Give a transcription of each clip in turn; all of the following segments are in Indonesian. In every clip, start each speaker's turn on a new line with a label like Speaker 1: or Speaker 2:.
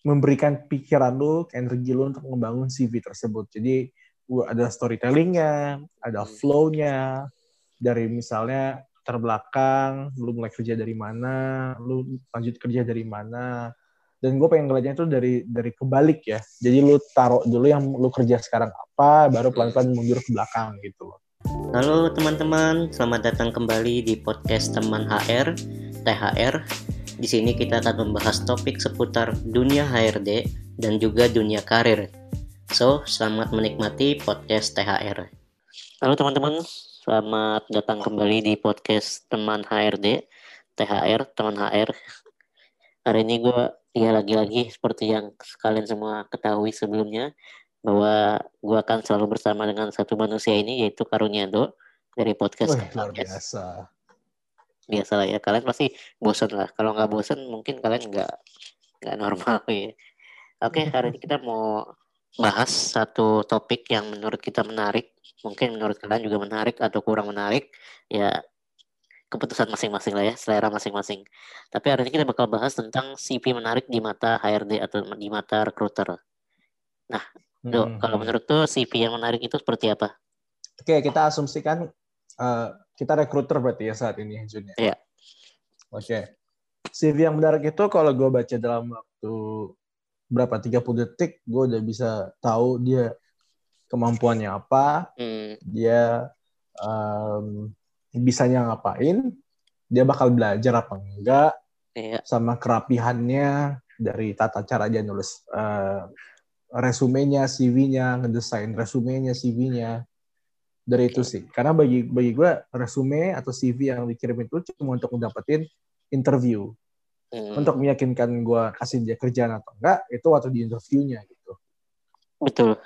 Speaker 1: memberikan pikiran lu, energi lu untuk membangun CV tersebut. Jadi ada storytelling-nya, ada flow-nya, dari misalnya terbelakang, lu mulai kerja dari mana, lu lanjut kerja dari mana. Dan gue pengen ngeliatnya itu dari kebalik ya. Jadi lu taruh dulu yang lu kerja sekarang apa, baru pelan-pelan mundur ke belakang gitu loh.
Speaker 2: Halo teman-teman, selamat datang kembali di podcast Teman HR, THR. Di sini kita akan membahas topik seputar dunia HRD dan juga dunia karir. So, selamat menikmati podcast THR. Halo teman-teman, selamat datang kembali di podcast Teman HRD, THR, Teman HR. Hari ini gue lagi-lagi seperti yang kalian semua ketahui sebelumnya, bahwa gue akan selalu bersama dengan satu manusia ini, yaitu Karuniado dari podcast.
Speaker 1: Luar biasa.
Speaker 2: Biasa lah ya, kalian pasti bosan lah. Kalau nggak bosan mungkin kalian nggak normal ya. Oke, hari ini kita mau bahas satu topik yang menurut kita menarik. Mungkin menurut kalian juga menarik atau kurang menarik. Ya, keputusan masing-masing lah ya, selera masing-masing. Tapi hari ini kita bakal bahas tentang CV menarik di mata HRD atau di mata recruiter. Nah, kalau menurut tuh CV yang menarik itu seperti apa?
Speaker 1: Oke, kita asumsikan kita recruiter berarti ya saat ini, Jun.
Speaker 2: Iya.
Speaker 1: Oke. CV yang menarik itu kalau gue baca dalam waktu berapa 30 detik, gue udah bisa tahu dia kemampuannya apa, dia bisanya ngapain, dia bakal belajar apa enggak, sama kerapihannya dari tata cara dia nulis resumenya, CV-nya, ngedesain resumenya, CV-nya. Dari itu sih. Karena bagi gue resume atau CV yang dikirim itu cuma untuk mendapatkan interview. Untuk meyakinkan gue kasih dia kerjaan atau enggak, itu waktu di interviewnya gitu.
Speaker 2: Betul.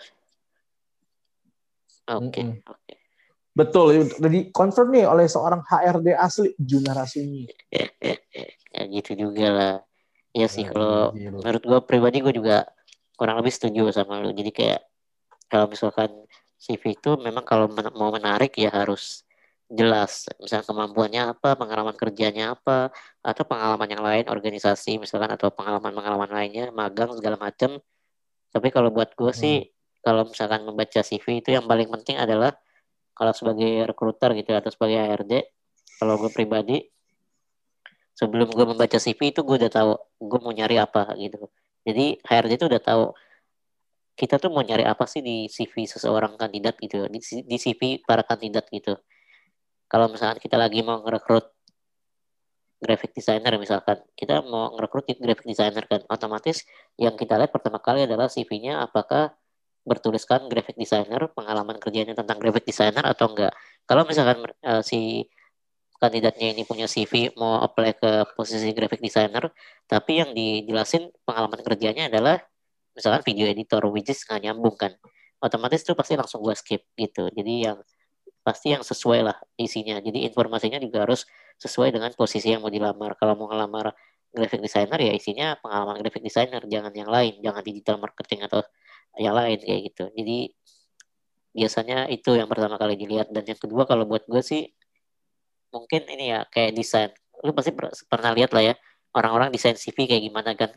Speaker 2: Oke.
Speaker 1: Betul. Jadi confirm nih oleh seorang HRD asli, Juna Rasumi.
Speaker 2: Ya gitu juga lah. Ya sih, kalau menurut gue pribadi, gue juga kurang lebih setuju sama lu. Jadi kayak kalau misalkan CV itu memang kalau mau menarik ya harus jelas. Misalnya kemampuannya apa, pengalaman kerjanya apa, atau pengalaman yang lain, organisasi misalkan, atau pengalaman-pengalaman lainnya, magang segala macam. Tapi kalau buat gue sih, kalau misalkan membaca CV itu yang paling penting adalah, kalau sebagai recruiter gitu atau sebagai HRD, kalau gue pribadi, sebelum gue membaca CV itu gue udah tahu gue mau nyari apa gitu. Jadi HRD itu udah tahu kita tuh mau nyari apa sih di CV seseorang kandidat gitu, di CV para kandidat gitu. Kalau misalkan kita lagi mau ngerekrut graphic designer misalkan, kita mau ngerekrut graphic designer kan, otomatis yang kita lihat pertama kali adalah CV-nya apakah bertuliskan graphic designer, pengalaman kerjanya tentang graphic designer atau enggak. Kalau misalkan si kandidatnya ini punya CV mau apply ke posisi graphic designer, tapi yang dijelasin pengalaman kerjanya adalah misalkan video editor, which is nggak nyambung kan, otomatis tuh pasti langsung gue skip gitu. Jadi yang pasti yang sesuai lah isinya. Jadi informasinya juga harus sesuai dengan posisi yang mau dilamar. Kalau mau ngelamar graphic designer ya isinya pengalaman graphic designer, jangan yang lain, jangan digital marketing atau yang lain kayak gitu. Jadi biasanya itu yang pertama kali dilihat. Dan yang kedua kalau buat gue sih mungkin ini ya, kayak desain. Lu pasti pernah lihat lah ya orang-orang desain CV kayak gimana kan,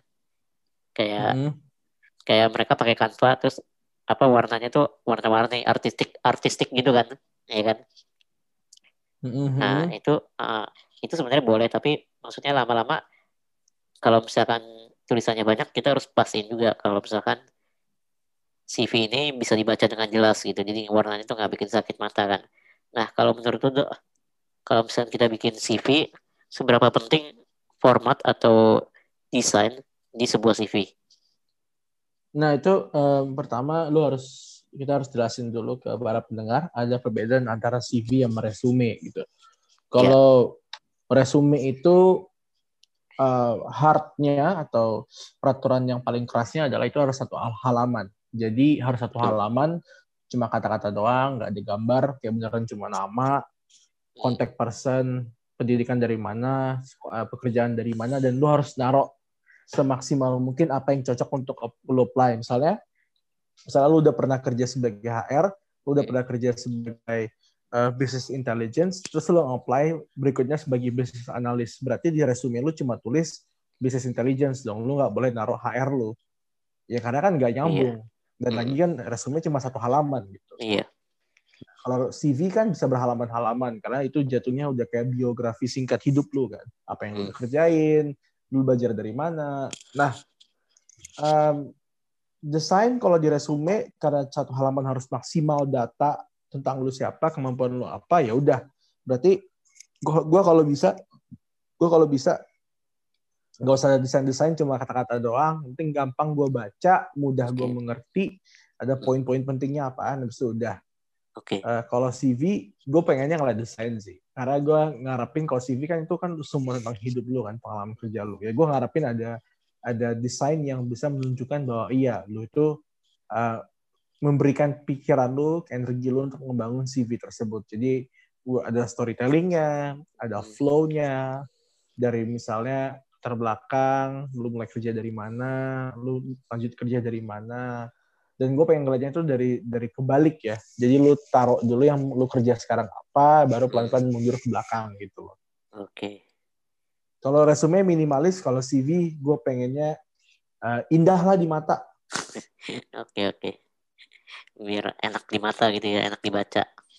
Speaker 2: kayak mereka pakai Canva, terus apa warnanya tuh warna-warni artistik gitu kan, ya kan. Nah itu sebenarnya boleh, tapi maksudnya lama-lama kalau misalkan tulisannya banyak, kita harus pastiin juga kalau misalkan CV ini bisa dibaca dengan jelas gitu, jadi warnanya tuh nggak bikin sakit mata kan. Nah kalau menurut lu, kalau misalkan kita bikin CV, seberapa penting format atau desain di sebuah CV?
Speaker 1: Nah itu pertama kita harus jelasin dulu ke para pendengar ada perbedaan antara CV sama resume gitu. Kalau resume itu hardnya atau peraturan yang paling kerasnya adalah itu harus satu halaman. Jadi harus satu halaman, cuma kata-kata doang, nggak digambar, kayak beneran cuma nama, contact person, pendidikan dari mana, pekerjaan dari mana, dan lu harus naruh semaksimal mungkin apa yang cocok untuk lu apply. Misalnya lu udah pernah kerja sebagai HR, lu udah pernah kerja sebagai business intelligence, terus lu apply berikutnya sebagai business analyst. Berarti di resume lu cuma tulis business intelligence dong, lu nggak boleh naruh HR lu. Ya karena kan nggak
Speaker 2: Iya.
Speaker 1: nyambung. Dan lagi kan resume cuma 1 halaman gitu.
Speaker 2: Iya.
Speaker 1: Kalau CV kan bisa berhalaman-halaman karena itu jatuhnya udah kayak biografi singkat hidup lu kan. Apa yang lu udah kerjain, lu belajar dari mana. Nah, desain kalau di resume karena 1 halaman harus maksimal data tentang lu siapa, kemampuan lu apa, ya udah. Berarti gue kalau bisa nggak usah desain-desain cuma kata-kata doang, penting gampang gue baca, mudah gue mengerti, ada poin-poin pentingnya apaan, habis itu udah. Kalau CV, gue pengennya ngeliat desain sih. Karena gue ngarepin kalau CV kan itu kan semua tentang hidup lu kan, pengalaman kerja lu. Ya gue ngarepin ada desain yang bisa menunjukkan bahwa iya, lu itu memberikan pikiran lu, energi lu untuk membangun CV tersebut. Jadi ada storytellingnya, ada flow-nya, dari misalnya terbelakang, lu mulai kerja dari mana, lu lanjut kerja dari mana. Dan gue pengen ngeliatnya itu dari kebalik ya. Jadi lu taruh dulu yang lu kerja sekarang apa, baru pelan-pelan mundur ke belakang gitu loh.
Speaker 2: Oke.
Speaker 1: Kalau resume minimalis, kalau CV gue pengennya indah lah di mata.
Speaker 2: Oke. Biar enak di mata gitu ya, enak dibaca.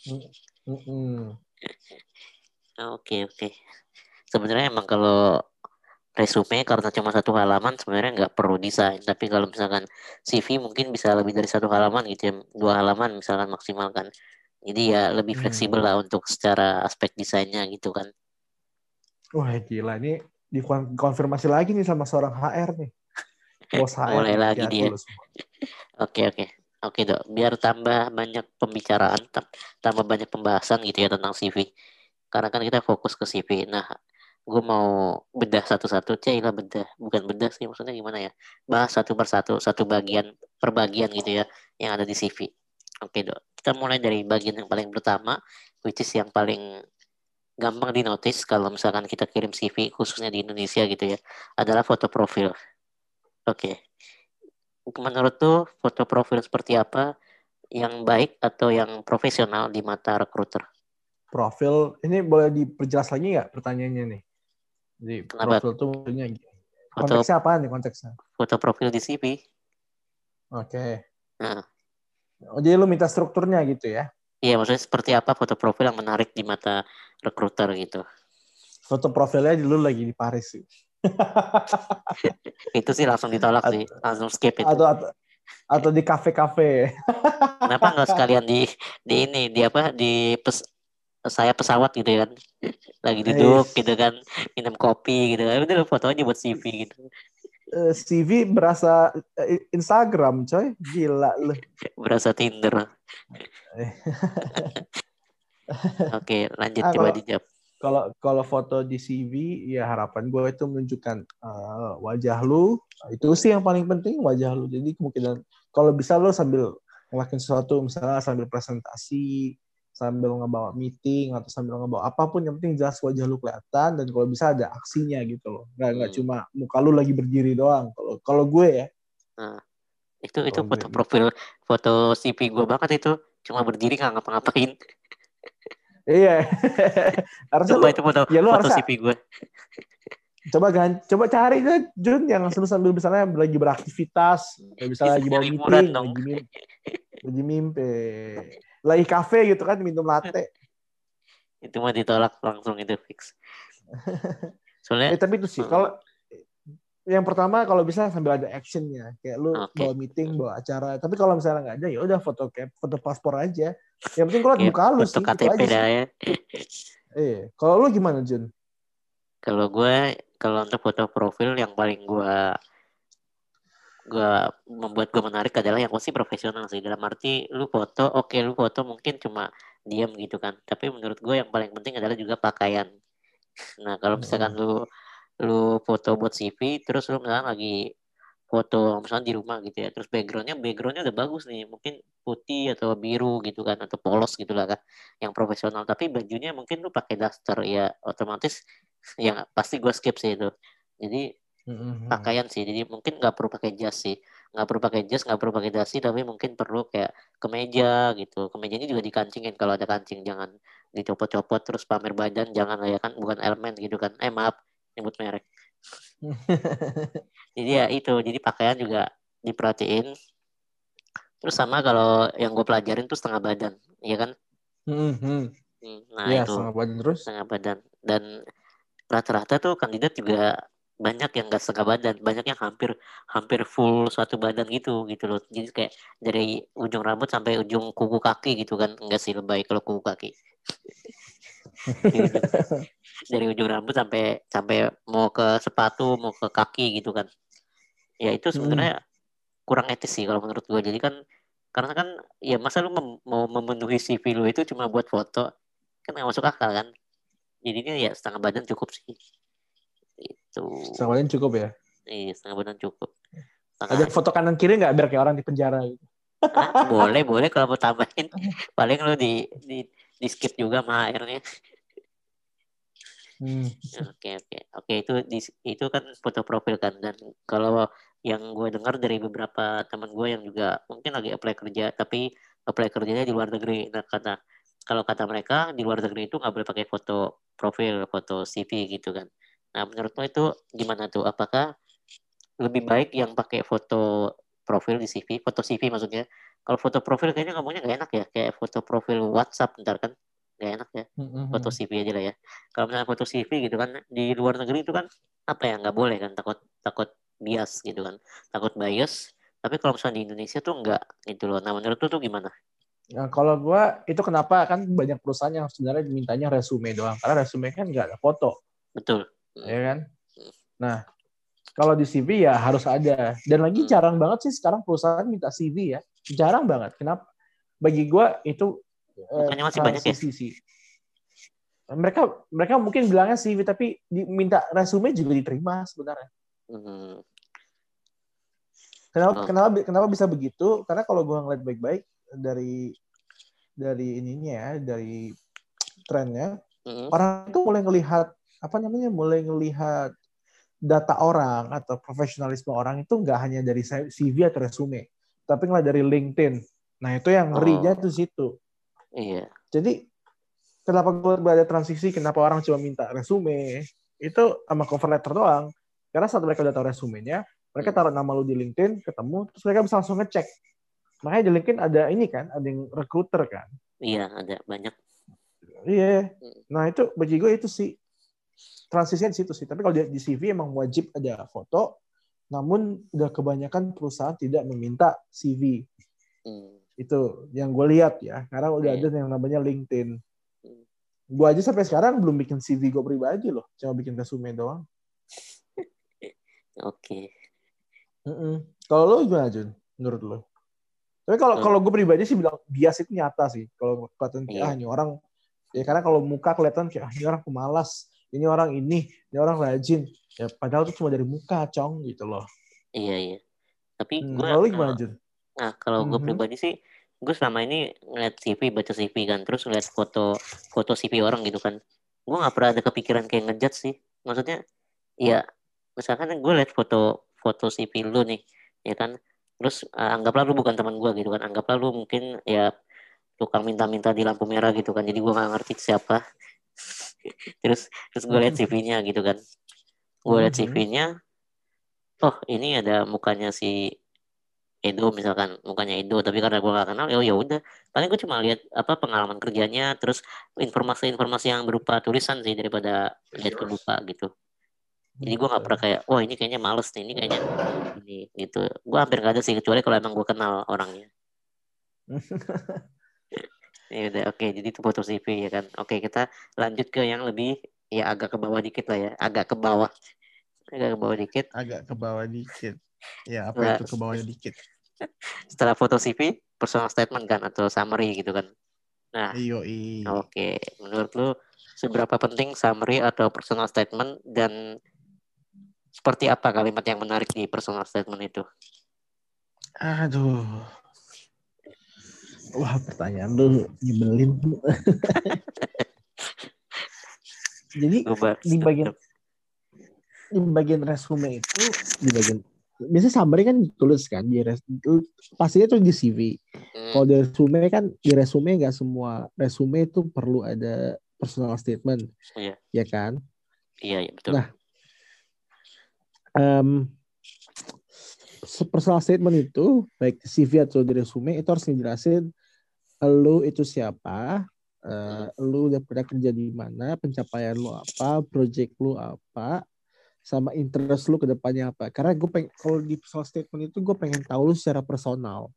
Speaker 2: Oke. Sebenarnya emang kalau resume karena cuma 1 halaman sebenarnya nggak perlu desain. Tapi kalau misalkan CV mungkin bisa lebih dari 1 halaman gitu ya, 2 halaman misalkan maksimal kan. Jadi ya lebih fleksibel lah untuk secara aspek desainnya gitu kan.
Speaker 1: Wah gila, ini dikonfirmasi lagi nih sama seorang HR nih. Bos HR
Speaker 2: Mulai
Speaker 1: nih,
Speaker 2: lagi
Speaker 1: hati-hati
Speaker 2: dia.
Speaker 1: lo semua.
Speaker 2: Oke Dok, biar tambah banyak pembicaraan, tambah banyak pembahasan gitu ya tentang CV. Karena kan kita fokus ke CV. Nah, gue mau bedah satu-satu, lah bedah. Bukan bedah sih, maksudnya gimana ya? Bahas satu persatu, satu bagian per bagian gitu ya, yang ada di CV. Oke Dok, kita mulai dari bagian yang paling pertama, which is yang paling gampang dinotis kalau misalkan kita kirim CV, khususnya di Indonesia gitu ya, adalah foto profil. Oke, menurut tuh foto profil seperti apa yang baik atau yang profesional di mata recruiter?
Speaker 1: Profil, ini boleh diperjelas lagi nggak pertanyaannya nih? Jadi
Speaker 2: Kenapa?
Speaker 1: profil tuh maksudnya
Speaker 2: Foto
Speaker 1: konteksnya apa nih konteksnya?
Speaker 2: foto profil di CV.
Speaker 1: Oke.
Speaker 2: Nah,
Speaker 1: Oh, jadi lu minta strukturnya gitu ya?
Speaker 2: iya maksudnya seperti apa foto profil yang menarik di mata recruiter gitu.
Speaker 1: Foto profilnya dulu lagi di Paris sih.
Speaker 2: Itu sih langsung ditolak sih, langsung skip itu.
Speaker 1: Atau di kafe-kafe.
Speaker 2: Kenapa nggak sekalian di ini di apa saya pesawat gitu kan, lagi duduk gitu kan, minum kopi gitu kan, itu foto aja buat CV gitu.
Speaker 1: CV berasa Instagram coy, gila lu.
Speaker 2: Berasa Tinder. Oke, lanjut coba dijawab.
Speaker 1: Kalau foto di CV ya harapan gue itu menunjukkan wajah lu, itu sih yang paling penting, wajah lu. Jadi kemungkinan kalau bisa lu sambil ngelakuin sesuatu, misalnya sambil presentasi, sambil ngebawa meeting atau sambil ngebawa apapun, yang penting jelas wajah lu kelihatan dan kalau bisa ada aksinya gitu loh. Nggak cuma muka lu lagi berdiri doang. Kalau gue ya.
Speaker 2: Nah, itu foto profil, foto CV gue banget itu, cuma berdiri nggak ngapa-ngapain.
Speaker 1: Iya. Harusnya
Speaker 2: Coba itu foto
Speaker 1: ya lu
Speaker 2: foto
Speaker 1: harusnya
Speaker 2: CV gue.
Speaker 1: coba cari deh Jun yang sambil misalnya lagi beraktivitas, misalnya lagi bawa meeting, lagi mimpi, lagi kafe gitu kan minum latte.
Speaker 2: Itu mah ditolak langsung, itu fix. Soalnya
Speaker 1: Tapi itu sih kalau yang pertama kalau bisa sambil ada actionnya, kayak lu bawa meeting, bawa acara. Tapi kalau misalnya nggak ada, ya udah foto paspor aja. Yang penting kalau muka lu
Speaker 2: foto
Speaker 1: sih, itu
Speaker 2: KTP
Speaker 1: aja
Speaker 2: dah
Speaker 1: sih.
Speaker 2: ya.
Speaker 1: Kalau lu gimana Jun?
Speaker 2: Kalau untuk foto profil yang paling gue membuat gue menarik adalah yang pasti profesional sih, dalam arti lu foto mungkin cuma diam gitu kan, tapi menurut gue yang paling penting adalah juga pakaian. Nah kalau misalkan lu foto buat CV, terus lu misalkan lagi foto misalnya di rumah gitu ya, terus backgroundnya udah bagus nih, mungkin putih atau biru gitu kan, atau polos gitu lah kan, yang profesional, tapi bajunya mungkin lu pakai daster, ya otomatis yang pasti gue skip sih itu. Jadi pakaian sih, jadi mungkin nggak perlu pakai jas sih, nggak perlu pakai dasi, tapi mungkin perlu kayak kemeja gitu. Kemejanya juga dikancingin kalau ada kancing, jangan dicopot-copot terus pamer badan, jangan lah ya kan, bukan elemen gitu kan, maaf nyebut merek. Jadi ya itu, jadi pakaian juga diperhatiin. Terus sama kalau yang gue pelajarin tuh setengah badan, iya kan? Nah
Speaker 1: Iya,
Speaker 2: itu
Speaker 1: setengah badan terus.
Speaker 2: setengah badan. Dan rata-rata tuh kandidat juga banyak yang nggak setengah badan, banyak yang hampir hampir full satu badan gitu loh. Jadi kayak dari ujung rambut sampai ujung kuku kaki gitu kan, enggak sih lebay kalau kuku kaki. Dari ujung rambut sampai sampai mau ke sepatu, mau ke kaki gitu kan. Ya itu sebenarnya kurang etis sih kalau menurut gue. Jadi kan karena kan ya masa lu mau memenuhi CV lu itu cuma buat foto kan nggak masuk akal kan. Jadinya ya setengah badan cukup sih. Itu.
Speaker 1: Setengah badan cukup ya.
Speaker 2: Iya, setengah badan cukup.
Speaker 1: Ada
Speaker 2: Setengah.
Speaker 1: foto kanan kiri nggak biar kayak orang di penjara gitu.
Speaker 2: Boleh kalau mau tambahin. Paling lu di skip juga sama airnya. Oke, itu kan foto profil kan. Dan kalau yang gue dengar dari beberapa teman gue yang juga mungkin lagi apply kerja tapi apply kerjanya di luar negeri. Nah, kalau kata mereka di luar negeri itu nggak boleh pakai foto profil, foto CV gitu kan. Nah, menurut lo itu gimana tuh? Apakah lebih baik yang pakai foto profil di CV, foto CV maksudnya? Kalau foto profil kayaknya ngomongnya nggak enak ya, kayak foto profil WhatsApp ntar kan nggak enak ya. Foto CV aja lah ya. Kalau misalnya foto CV gitu kan di luar negeri itu kan apa ya nggak boleh kan, takut takut bias gitu kan, takut bias. Tapi kalau misalnya di Indonesia tuh nggak gitu loh. Nah menurut tuh gimana?
Speaker 1: Nah, kalau gue itu kenapa kan banyak perusahaan yang sebenarnya mintanya resume doang karena resume kan nggak ada foto,
Speaker 2: Betul.
Speaker 1: ya kan? Nah, kalau di CV ya harus ada. Dan lagi jarang banget sih sekarang perusahaan minta CV ya, jarang banget. Kenapa? Bagi gue itu
Speaker 2: Bukannya masih banyak ya?
Speaker 1: transisi sih. Mereka mungkin bilangnya CV tapi diminta resume juga diterima sebenarnya.
Speaker 2: Hmm.
Speaker 1: Kenapa bisa begitu? Karena kalau gue ngeliat baik-baik dari ininya ya, dari trennya, orang itu mulai ngelihat data orang atau profesionalisme orang itu nggak hanya dari CV atau resume, tapi ngelihat dari LinkedIn. Nah itu yang ngerinya tuh situ.
Speaker 2: Iya.
Speaker 1: Jadi kenapa gue berada transisi? Kenapa orang cuma minta resume? Itu sama cover letter doang. Karena saat mereka udah tahu resumenya, mereka taruh nama lu di LinkedIn, ketemu, terus mereka bisa langsung ngecek. Makanya di LinkedIn ada ini kan, ada yang recruiter kan.
Speaker 2: Iya, ada banyak.
Speaker 1: Iya. Nah itu bagi gue itu sih transisinya di situ sih. Tapi kalau di CV emang wajib ada foto, namun udah kebanyakan perusahaan tidak meminta CV. Itu yang gue lihat ya. Karena udah ada yang namanya LinkedIn. Gue aja sampai sekarang belum bikin CV gue pribadi loh. Cuma bikin resume doang.
Speaker 2: Oke.
Speaker 1: Kalau lo gimana Jun? Menurut lo? Tapi kalau gue pribadi sih bilang bias itu nyata sih. Kalau kelihatan kayak ini orang ya karena kalau muka kelihatan kayak ini orang pemalas, ini orang rajin. Ya padahal itu cuma dari muka, cong gitu loh.
Speaker 2: Iya. Tapi gue
Speaker 1: Kalau lo gimana Jun?
Speaker 2: Nah, kalau gue pribadi sih, gue selama ini ngeliat CV, baca CV kan, terus ngeliat foto CV orang gitu kan. Gue nggak pernah ada kepikiran kayak ngejudge sih. Maksudnya, ya, misalkan gue liat foto CV lu nih, ya kan. Terus anggaplah lu bukan teman gue gitu kan. Anggaplah lu mungkin ya tukang minta-minta di lampu merah gitu kan. Jadi gue nggak ngerti siapa. terus gue liat CV-nya gitu kan. Gue liat CV-nya, oh ini ada mukanya si Edo misalkan mukanya Edo tapi karena gue gak kenal ya udah paling gue cuma lihat apa pengalaman kerjanya terus informasi-informasi yang berupa tulisan sih daripada lihat ke muka gitu jadi gue nggak pernah kayak wah ini kayaknya males nih ini kayaknya ini gitu gue hampir gak ada sih kecuali kalau emang gue kenal orangnya ya udah oke jadi itu foto CV ya kan oke kita lanjut ke yang lebih ya agak ke bawah dikit lah ya agak ke bawah dikit
Speaker 1: agak ke bawah dikit ya apa
Speaker 2: setelah,
Speaker 1: itu ke bawahnya dikit
Speaker 2: setelah foto CV personal statement kan atau summary gitu kan nah
Speaker 1: Yoi.
Speaker 2: oke, menurut lu seberapa penting summary atau personal statement dan seperti apa kalimat yang menarik di personal statement itu?
Speaker 1: Aduh. Wah, pertanyaan lu nyebelin. Jadi di bagian resume itu biasanya summary kan ditulis kan pastinya tuh di CV. Kalau di resume kan di resume nggak semua resume itu perlu ada personal statement, ya kan?
Speaker 2: Iya betul.
Speaker 1: Nah, personal statement itu baik di CV atau di resume itu harus ngejelasin lu itu siapa, lu udah pernah kerja di mana, pencapaian lu apa, project lu apa, sama interest lu ke depannya apa. Karena gue pengen, kalau di personal statement itu gue pengen tahu lu secara personal.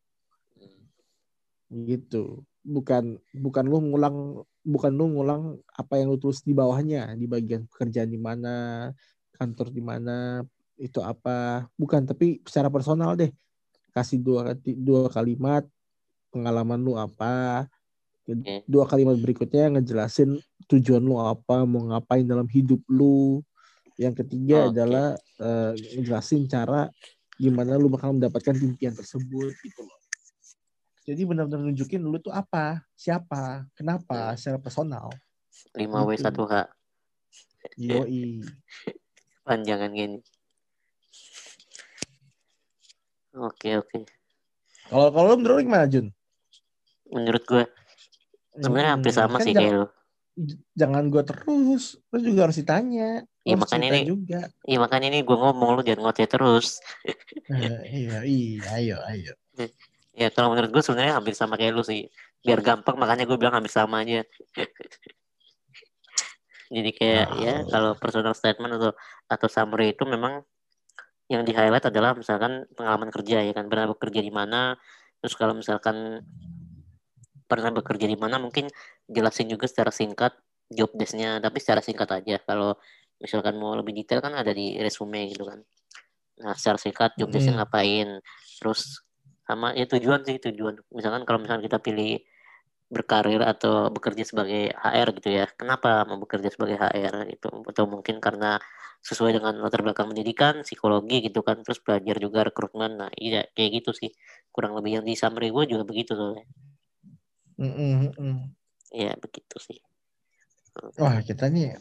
Speaker 1: Gitu. Bukan lu ngulang apa yang lu tulis di bawahnya, di bagian pekerjaan di mana, kantor di mana, itu apa. Bukan, tapi secara personal deh. Kasih dua kalimat pengalaman lu apa. Dua kalimat berikutnya ngejelasin tujuan lu apa, mau ngapain dalam hidup lu. Yang ketiga adalah ngejelasin cara gimana lu bakal mendapatkan impian tersebut gitu loh. Jadi benar-benar nunjukin lu tuh apa, siapa, kenapa, secara personal.
Speaker 2: 5W1H.
Speaker 1: Yoi.
Speaker 2: Panjangan gini. Oke.
Speaker 1: Kalau lu menurut lu gimana, Jun?
Speaker 2: Menurut gue sebenarnya hampir sama kan sih kayak lu.
Speaker 1: Jangan gue terus, lu juga harus ditanya.
Speaker 2: Iya makanya ini gue ngomong, lu jangan ngoceh terus.
Speaker 1: Iya, ayo.
Speaker 2: Ya kalau menurut gue sebenarnya hampir sama kayak lu sih. Biar gampang makanya gue bilang hampir sama aja. Jadi kayak ya kalau personal statement atau summary itu memang yang di highlight adalah misalkan pengalaman kerja ya kan, pernah bekerja di mana, terus kalau misalkan pernah bekerja di mana mungkin jelasin juga secara singkat job desk-nya, tapi secara singkat aja. Kalau misalkan mau lebih detail kan ada di resume gitu kan. Nah secara singkat job desk-nya ngapain, terus sama ya tujuan. Misalkan kalau misalkan kita pilih berkarir atau bekerja sebagai HR gitu ya, kenapa mau bekerja sebagai HR gitu, atau mungkin karena sesuai dengan latar belakang pendidikan psikologi gitu kan, terus belajar juga rekrutmen. Nah iya kayak gitu sih kurang lebih yang di summary gue juga begitu soalnya. Ya begitu sih.
Speaker 1: Wah kita nih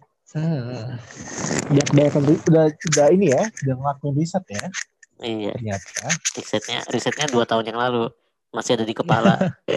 Speaker 1: udah ini ya, udah ngelakuin riset ya.
Speaker 2: Iya.
Speaker 1: Ternyata.
Speaker 2: Risetnya 2 tahun yang lalu masih ada di kepala.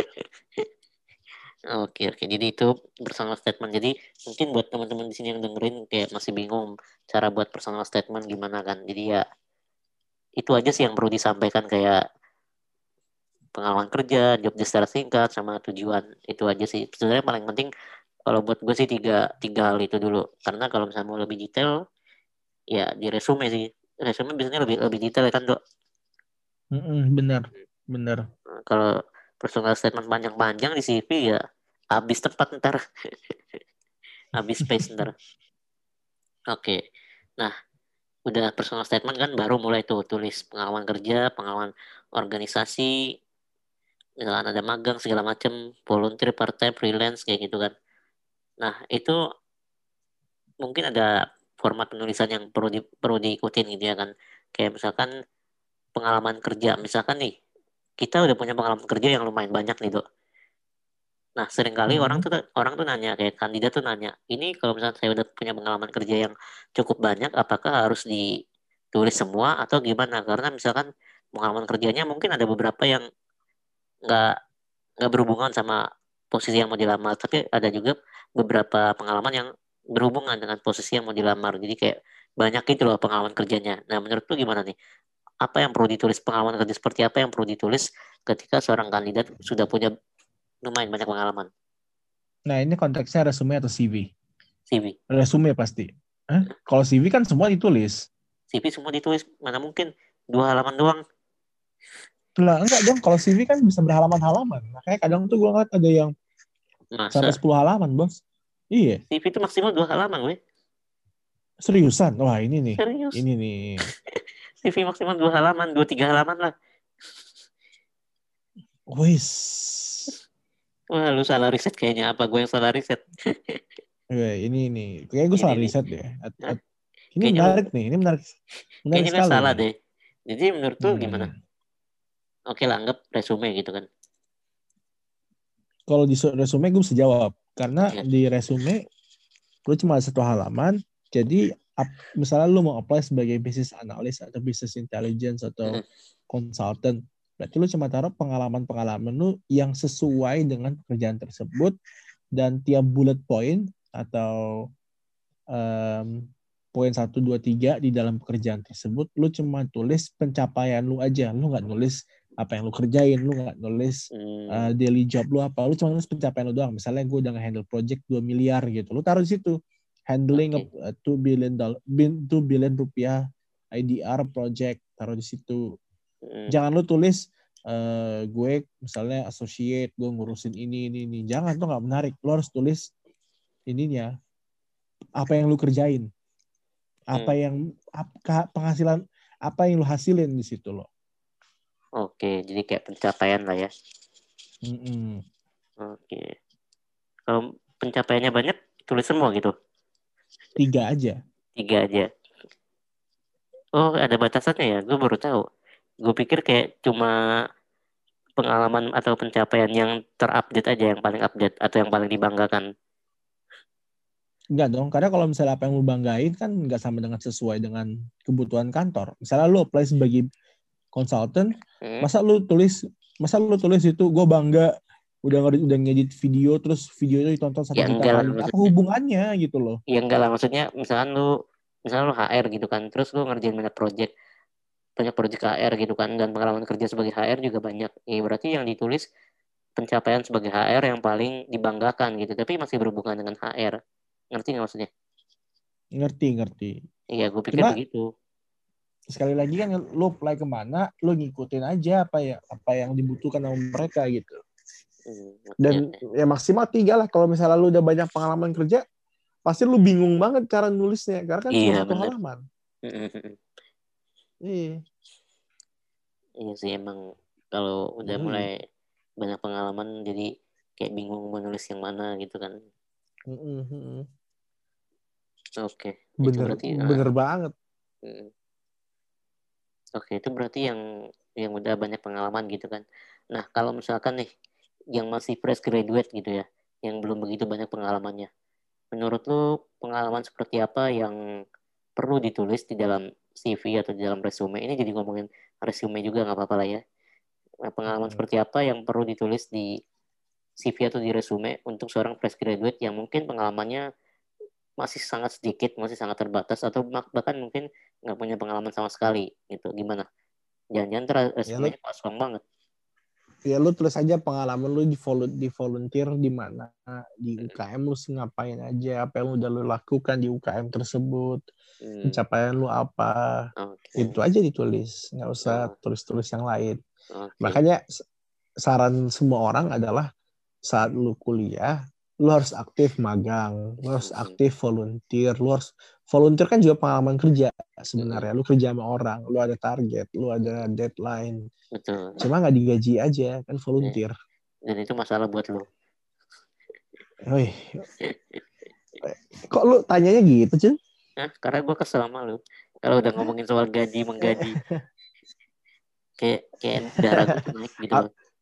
Speaker 2: Oke. Jadi itu personal statement. Jadi mungkin buat teman-teman di sini yang dengerin kayak masih bingung cara buat personal statement gimana kan. Jadi ya itu aja sih yang perlu disampaikan kayak pengalaman kerja, job desk secara singkat, sama tujuan. Itu aja sih. Sebenarnya paling penting kalau buat gue sih tiga hal itu dulu. Karena kalau misalnya mau lebih detail, ya di resume sih. Resume biasanya lebih detail ya kan, Dok?
Speaker 1: Benar.
Speaker 2: Nah, kalau personal statement panjang-panjang di CV ya habis tempat ntar. Habis space ntar. Oke. Nah, udah personal statement kan baru mulai tuh tulis pengalaman kerja, pengalaman organisasi, misalkan ada magang segala macam, volunteer, part-time, freelance kayak gitu kan. Nah, itu mungkin ada format penulisan yang perlu diikutin gitu ya kan. Kayak misalkan pengalaman kerja, misalkan nih kita udah punya pengalaman kerja yang lumayan banyak nih, Dok. Nah, seringkali orang tuh nanya, kayak kandidat tuh nanya, ini kalau misalnya saya udah punya pengalaman kerja yang cukup banyak, apakah harus ditulis semua atau gimana? Karena misalkan pengalaman kerjanya mungkin ada beberapa yang nggak nggak berhubungan sama posisi yang mau dilamar, tapi ada juga beberapa pengalaman yang berhubungan dengan posisi yang mau dilamar. Jadi kayak banyak itu loh pengalaman kerjanya. Nah, menurut lu gimana nih? Apa yang perlu ditulis, pengalaman kerja seperti apa yang perlu ditulis ketika seorang kandidat sudah punya lumayan banyak pengalaman?
Speaker 1: Nah ini konteksnya resume atau CV?
Speaker 2: CV.
Speaker 1: Resume pasti. Kalau CV kan semua ditulis.
Speaker 2: CV semua ditulis, mana mungkin 2 halaman doang.
Speaker 1: Lah enggak dong, kalau CV kan bisa berhalaman-halaman. Makanya kadang tuh gue ngeliat ada yang sampai 10 halaman, Bos. Iya.
Speaker 2: CV itu maksimal 2 halaman, weh.
Speaker 1: Seriusan? Wah ini nih.
Speaker 2: Serius.
Speaker 1: Ini nih.
Speaker 2: CV maksimal 2 halaman, 2-3 halaman lah.
Speaker 1: Wis.
Speaker 2: Wah, lu salah riset kayaknya. Apa gue yang salah riset?
Speaker 1: Ini nih. Kayaknya gue salah riset deh. Ini
Speaker 2: kayaknya
Speaker 1: menarik nih. Ini menarik
Speaker 2: kayaknya
Speaker 1: sekali
Speaker 2: salah
Speaker 1: nih.
Speaker 2: deh. Jadi menurut lu gimana? Oke lah, anggap resume gitu kan.
Speaker 1: Kalau di resume gue bisa jawab. Karena di resume lu cuma 1 halaman. Jadi misalnya lu mau apply sebagai business analyst atau business intelligence atau consultant. Berarti lu cuma taruh pengalaman-pengalaman lu yang sesuai dengan pekerjaan tersebut. Dan tiap bullet point atau poin 1, 2, 3 di dalam pekerjaan tersebut, lu cuma tulis pencapaian lu aja. Lu nggak nulis apa yang lu kerjain, lu nggak nulis daily job lu apa. Lu cuma nulis pencapaian lu doang. Misalnya gue udah nge-handle project 2 miliar gitu. Lu taruh di situ. Handling a 2 billion rupiah IDR project. Taruh di situ. Jangan lu tulis gue misalnya associate, gue ngurusin ini. Jangan, tuh nggak menarik. Lu harus tulis ininya. Apa yang lu kerjain. Penghasilan apa yang lu hasilin di situ loh.
Speaker 2: Oke, jadi kayak pencapaian lah ya. Oke. Kalau pencapaiannya banyak, tulis semua gitu?
Speaker 1: 3 aja.
Speaker 2: 3 aja. Oh, ada batasannya ya? Gue baru tahu. Gue pikir kayak cuma pengalaman atau pencapaian yang terupdate aja, yang paling update atau yang paling dibanggakan.
Speaker 1: Enggak dong, karena kalau misalnya apa yang lu banggain kan nggak sama dengan sesuai dengan kebutuhan kantor. Misalnya lu apply sebagai konsultan, masa lu tulis itu gue bangga udah ngedit video, terus video itu ditonton 1 juta kali. Apa hubungannya gitu loh?
Speaker 2: Ya enggak lah, maksudnya misalnya lu HR gitu kan, terus lu ngerjain banyak project HR gitu kan, dan pengalaman kerja sebagai HR juga banyak. Ya berarti yang ditulis pencapaian sebagai HR yang paling dibanggakan gitu, tapi masih berhubungan dengan HR. Ngerti nggak maksudnya?
Speaker 1: Ngerti.
Speaker 2: Iya, gue pikir begitu.
Speaker 1: Sekali lagi kan lu apply kemana, lu ngikutin aja apa yang dibutuhkan sama mereka gitu. Dan ya maksimal 3 lah. Kalau misalnya lu udah banyak pengalaman kerja, pasti lu bingung banget cara nulisnya, karena kan cuma 1 halaman.
Speaker 2: Iya sih, emang kalau udah mulai banyak pengalaman jadi kayak bingung mau nulis yang mana gitu kan. Oke.
Speaker 1: Bener banget.
Speaker 2: Oke, itu berarti yang udah banyak pengalaman gitu kan. Nah, kalau misalkan nih yang masih fresh graduate gitu ya, yang belum begitu banyak pengalamannya, menurut lu pengalaman seperti apa yang perlu ditulis di dalam CV atau di dalam resume? Ini jadi ngomongin resume juga nggak apa-apa lah ya. Pengalaman seperti apa yang perlu ditulis di CV atau di resume untuk seorang fresh graduate yang mungkin pengalamannya masih sangat sedikit, masih sangat terbatas, atau bahkan mungkin nggak punya pengalaman sama sekali gitu. Gimana? Jangan-jangan resumenya kosong banget.
Speaker 1: Ya lu tulis aja pengalaman lu di volunteer di mana, di UKM lu ngapain aja, apa yang udah lu lakukan di UKM tersebut, pencapaian lu apa, itu aja ditulis, nggak usah tulis-tulis yang lain. Makanya saran semua orang adalah saat lu kuliah, lu harus aktif magang, lu harus aktif volunteer, lu harus volunteer kan juga pengalaman kerja sebenarnya. Lu kerja sama orang, lu ada target, lu ada deadline.
Speaker 2: Betul.
Speaker 1: Cuma nggak digaji aja, kan volunteer.
Speaker 2: Dan itu masalah buat lu.
Speaker 1: Wih. Kok lu tanyanya gitu, Cun?
Speaker 2: Karena gue kesel sama lu. Kalau udah ngomongin soal menggaji. kayak darah gue naik gitu.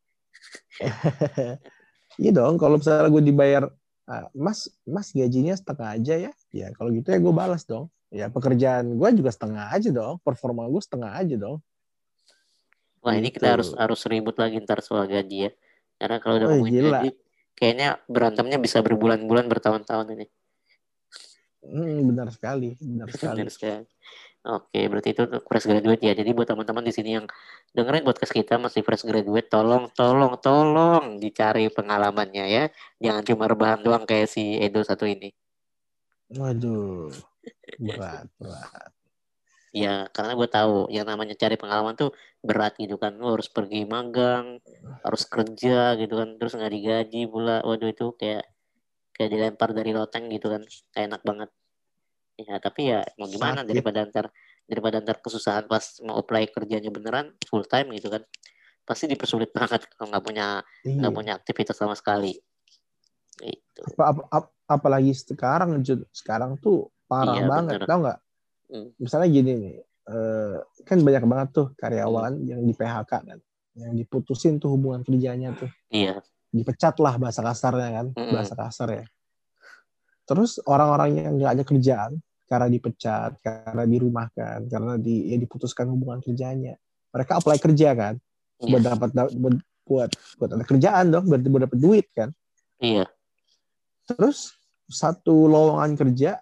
Speaker 1: Iya dong, kalau misalnya gue dibayar, mas gajinya setengah aja ya. Ya kalau gitu ya gue balas dong. Ya pekerjaan gue juga setengah aja dong. Performa gue setengah aja dong.
Speaker 2: Wah, ini kita harus ribut lagi ntar soal gaji ya. Karena kalau udah ngomongin gaji, kayaknya berantemnya bisa berbulan-bulan, bertahun-tahun ini.
Speaker 1: Benar sekali.
Speaker 2: Oke, berarti itu fresh graduate ya. Jadi buat teman-teman di sini yang dengerin podcast kita masih fresh graduate, tolong dicari pengalamannya ya. Jangan cuma rebahan doang kayak si Edo satu ini.
Speaker 1: Waduh, berat.
Speaker 2: Ya, karena gue tahu yang namanya cari pengalaman tuh berat gitu kan. Lu harus pergi magang, harus kerja gitu kan, terus nggak digaji pula. Waduh, itu kayak dilempar dari loteng gitu kan. Kayak enak banget. Ya, tapi ya mau gimana, daripada ntar kesusahan pas mau apply kerjanya beneran full time gitu kan. Pasti dipersulit banget kalau nggak punya aktivitas sama sekali. Gitu.
Speaker 1: Apalagi sekarang tuh parah banget, bener. Tau nggak? Misalnya gini nih, kan banyak banget tuh karyawan yang di PHK kan, yang diputusin tuh hubungan kerjanya tuh.
Speaker 2: Iya.
Speaker 1: Dipecat lah bahasa kasarnya kan, bahasa kasar ya. Terus orang-orang yang nggak ada kerjaan karena dipecat, karena dirumahkan, karena diputuskan hubungan kerjanya, mereka apply kerja kan, buat ada kerjaan dong, berarti buat dapat duit kan.
Speaker 2: Iya.
Speaker 1: Terus satu lowongan kerja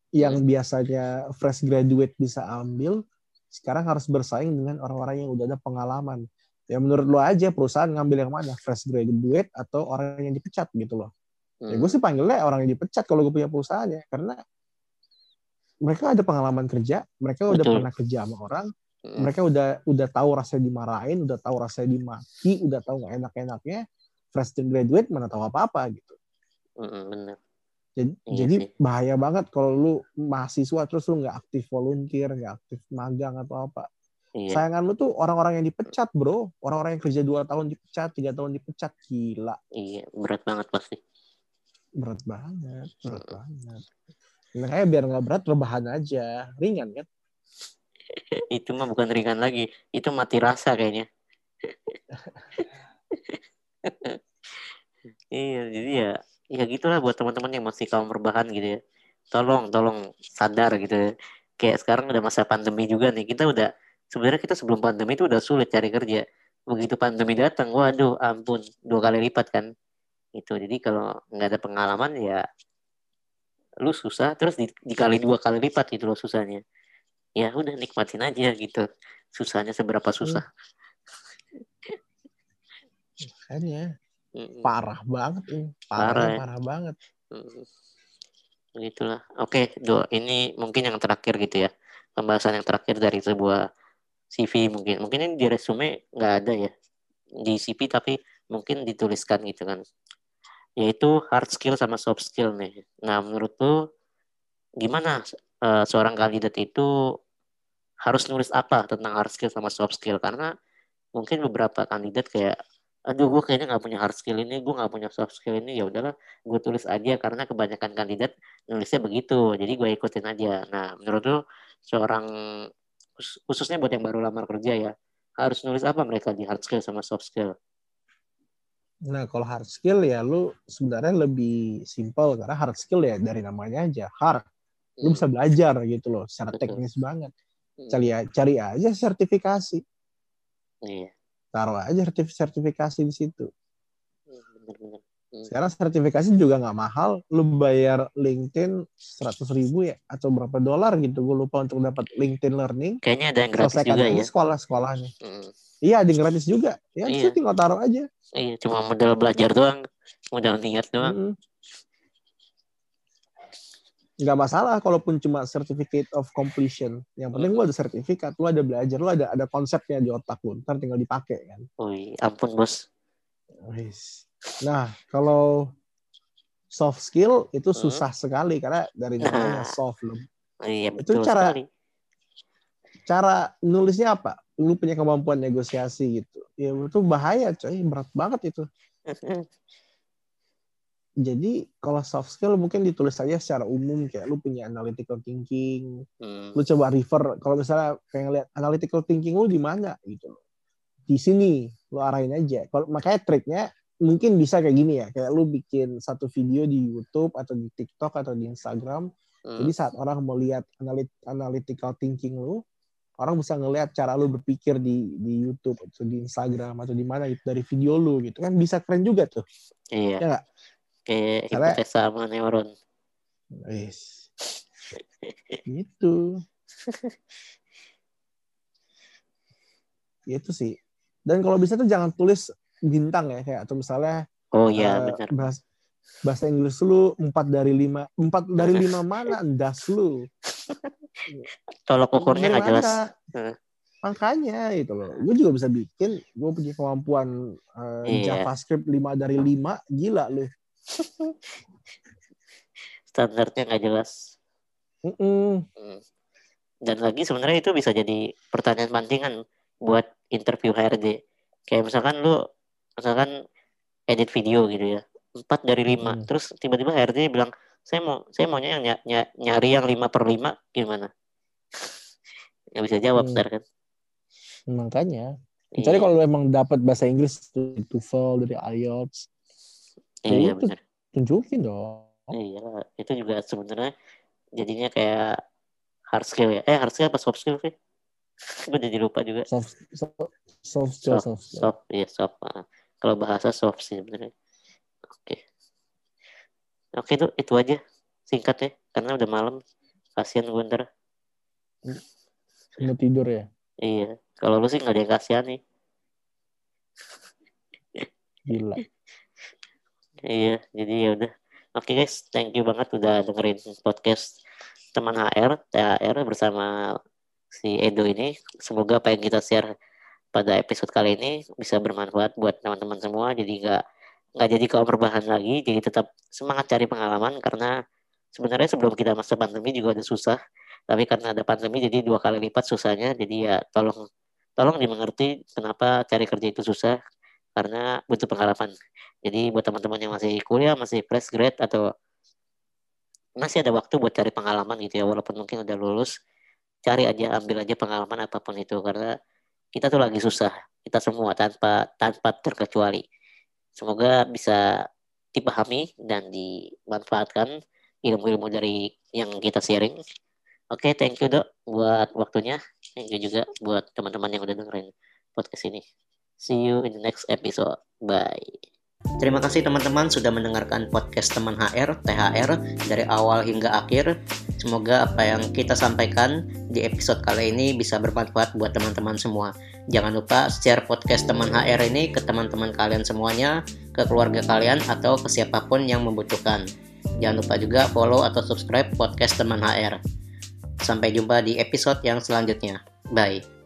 Speaker 1: yang biasanya fresh graduate bisa ambil, sekarang harus bersaing dengan orang-orang yang udah ada pengalaman. Ya menurut lo aja perusahaan ngambil yang mana? Fresh graduate atau orang yang dipecat gitu loh. Ya gue sih panggilnya orang yang dipecat kalau gue punya perusahaan ya. Karena mereka ada pengalaman kerja, mereka udah pernah kerja sama orang, mereka udah tahu rasanya dimarahin, udah tahu rasanya dimaki, udah tahu nggak enak-enaknya. Fresh graduate mana tahu apa-apa gitu.
Speaker 2: Bener.
Speaker 1: Jadi bahaya banget kalau lu mahasiswa terus lu nggak aktif volunteer, nggak aktif magang atau apa. Iya. Sayangan lu tuh orang-orang yang dipecat, bro. Orang-orang yang kerja 2 tahun dipecat, 3 tahun dipecat, gila.
Speaker 2: Iya, berat banget pasti.
Speaker 1: Berat banget. Makanya biar nggak berat, rebahan aja. Ringan kan?
Speaker 2: Itu mah bukan ringan lagi. Itu mati rasa kayaknya. Iya, jadi ya gitulah buat teman-teman yang masih kaum rebahan gitu ya. Tolong sadar gitu ya. Kayak sekarang udah masa pandemi juga nih. Sebenarnya kita sebelum pandemi itu udah sulit cari kerja. Begitu pandemi datang, waduh ampun, 2 kali lipat kan. Itu. Jadi kalau nggak ada pengalaman ya lu susah, terus dikali 2 kali lipat gitu loh susahnya. Ya udah nikmatin aja gitu. Susahnya seberapa susah.
Speaker 1: Makanya parah banget ini. Parah banget.
Speaker 2: Begitulah. Oke, ini mungkin yang terakhir gitu ya. Pembahasan yang terakhir dari sebuah CV mungkin. Mungkin ini di resume nggak ada ya. Di CV tapi mungkin dituliskan gitu kan. Yaitu hard skill sama soft skill nih. Nah, menurut lu gimana seorang kandidat itu harus nulis apa tentang hard skill sama soft skill? Karena mungkin beberapa kandidat kayak aduh gue kayaknya nggak punya hard skill ini, gue nggak punya soft skill ini, ya udahlah gue tulis aja karena kebanyakan kandidat nulisnya begitu, jadi gue ikutin aja. Nah menurut lo seorang khususnya buat yang baru lamar kerja ya, harus nulis apa mereka di hard skill sama soft skill?
Speaker 1: Nah kalau hard skill ya lu sebenarnya lebih simple karena hard skill ya dari namanya aja hard, lu bisa belajar gitu loh secara teknis banget. Cari aja sertifikasi.
Speaker 2: Iya.
Speaker 1: Taruh aja sertifikasi di situ. Sekarang sertifikasi juga nggak mahal. Lu bayar LinkedIn 100.000 ya atau berapa dolar gitu. Gue lupa untuk dapat LinkedIn Learning.
Speaker 2: Kayaknya ada yang gratis juga ya.
Speaker 1: Sekolah-sekolahnya. Iya, ada yang gratis juga. Ya, itu tinggal taruh aja.
Speaker 2: Iya, cuma modal belajar doang, modal niat doang.
Speaker 1: Nggak masalah kalaupun cuma certificate of completion. Yang penting lu ada sertifikat, lu ada belajar, lu ada konsepnya di otak lu. Ntar tinggal dipakai kan.
Speaker 2: Ampun bos.
Speaker 1: Nah, kalau soft skill itu susah sekali karena dari namanya soft loh.
Speaker 2: Iya, betul itu
Speaker 1: cara nulisnya apa? Lu punya kemampuan negosiasi gitu. Ya itu bahaya coy, berat banget itu. Jadi kalau soft skill mungkin ditulis aja secara umum kayak lu punya analytical thinking. Lu coba refer kalau misalnya pengen lihat analytical thinking lu di mana gitu. Di sini lu arahin aja. Kalau makanya triknya mungkin bisa kayak gini ya, kayak lu bikin satu video di YouTube atau di TikTok atau di Instagram. Jadi saat orang mau lihat analytical thinking lu, orang bisa ngelihat cara lu berpikir di YouTube atau di Instagram atau di mana dari video lu gitu kan, bisa keren juga tuh.
Speaker 2: Iya.
Speaker 1: Ya nggak?
Speaker 2: Kayak hipotesa sama neuron.
Speaker 1: Gitu. Gitu sih. Dan kalau bisa tuh jangan tulis bintang ya, kayak atau misalnya
Speaker 2: benar.
Speaker 1: Bahasa Inggris lu 4 dari 5. 4 dari 5 mana? Das lu.
Speaker 2: Tolok ukurnya nggak jelas.
Speaker 1: Makanya itu loh. Gue juga bisa bikin. Gue punya kemampuan JavaScript 5 dari 5. Gila lu.
Speaker 2: Standarnya nggak jelas. Dan lagi sebenarnya itu bisa jadi pertanyaan pancingan buat interview HRD. Kayak misalkan edit video gitu ya, 4 dari 5. Terus tiba-tiba HRD bilang saya maunya yang nyari yang 5/5, gimana? Nggak bisa jawab kan?
Speaker 1: Makanya kecuali kalau emang dapat bahasa Inggris dari TOEFL, dari IELTS,
Speaker 2: iya benar,
Speaker 1: tunjukin dong.
Speaker 2: Iya, itu juga sebenarnya jadinya kayak hard skill ya. Hard skill apa soft skill sih? Gue jadi lupa juga.
Speaker 1: Soft skill.
Speaker 2: Iya, soft. Kalau bahasa soft sih sebenarnya. Oke, itu aja singkat ya, karena udah malam. Kasian gue ntar.
Speaker 1: Mau tidur ya?
Speaker 2: Iya. Kalau lu sih nggak ada yang kasihan nih.
Speaker 1: Gila.
Speaker 2: Iya. Jadi ya udah. Oke guys, thank you banget udah dengerin podcast teman THR bersama si Edo ini. Semoga apa yang kita share pada episode kali ini bisa bermanfaat buat teman-teman semua. Jadi nggak jadi kalau berbahan lagi. Jadi tetap semangat cari pengalaman karena sebenarnya sebelum kita masa pandemi juga udah susah. Tapi karena ada pandemi jadi 2 kali lipat susahnya. Jadi ya tolong dimengerti kenapa cari kerja itu susah karena butuh pengalaman. Jadi buat teman-teman yang masih kuliah, masih fresh grade atau masih ada waktu buat cari pengalaman gitu ya, walaupun mungkin udah lulus, ambil aja pengalaman apapun itu karena kita tuh lagi susah, kita semua tanpa terkecuali. Semoga bisa dipahami dan dimanfaatkan ilmu-ilmu dari yang kita sharing. Oke, thank you Dok buat waktunya. Thank you juga buat teman-teman yang udah dengerin podcast ini. See you in the next episode. Bye. Terima kasih teman-teman sudah mendengarkan podcast teman THR dari awal hingga akhir. Semoga apa yang kita sampaikan di episode kali ini bisa bermanfaat buat teman-teman semua. Jangan lupa share podcast teman HR ini ke teman-teman kalian semuanya, ke keluarga kalian atau ke siapapun yang membutuhkan. Jangan lupa juga follow atau subscribe podcast teman HR. Sampai jumpa di episode yang selanjutnya. Bye.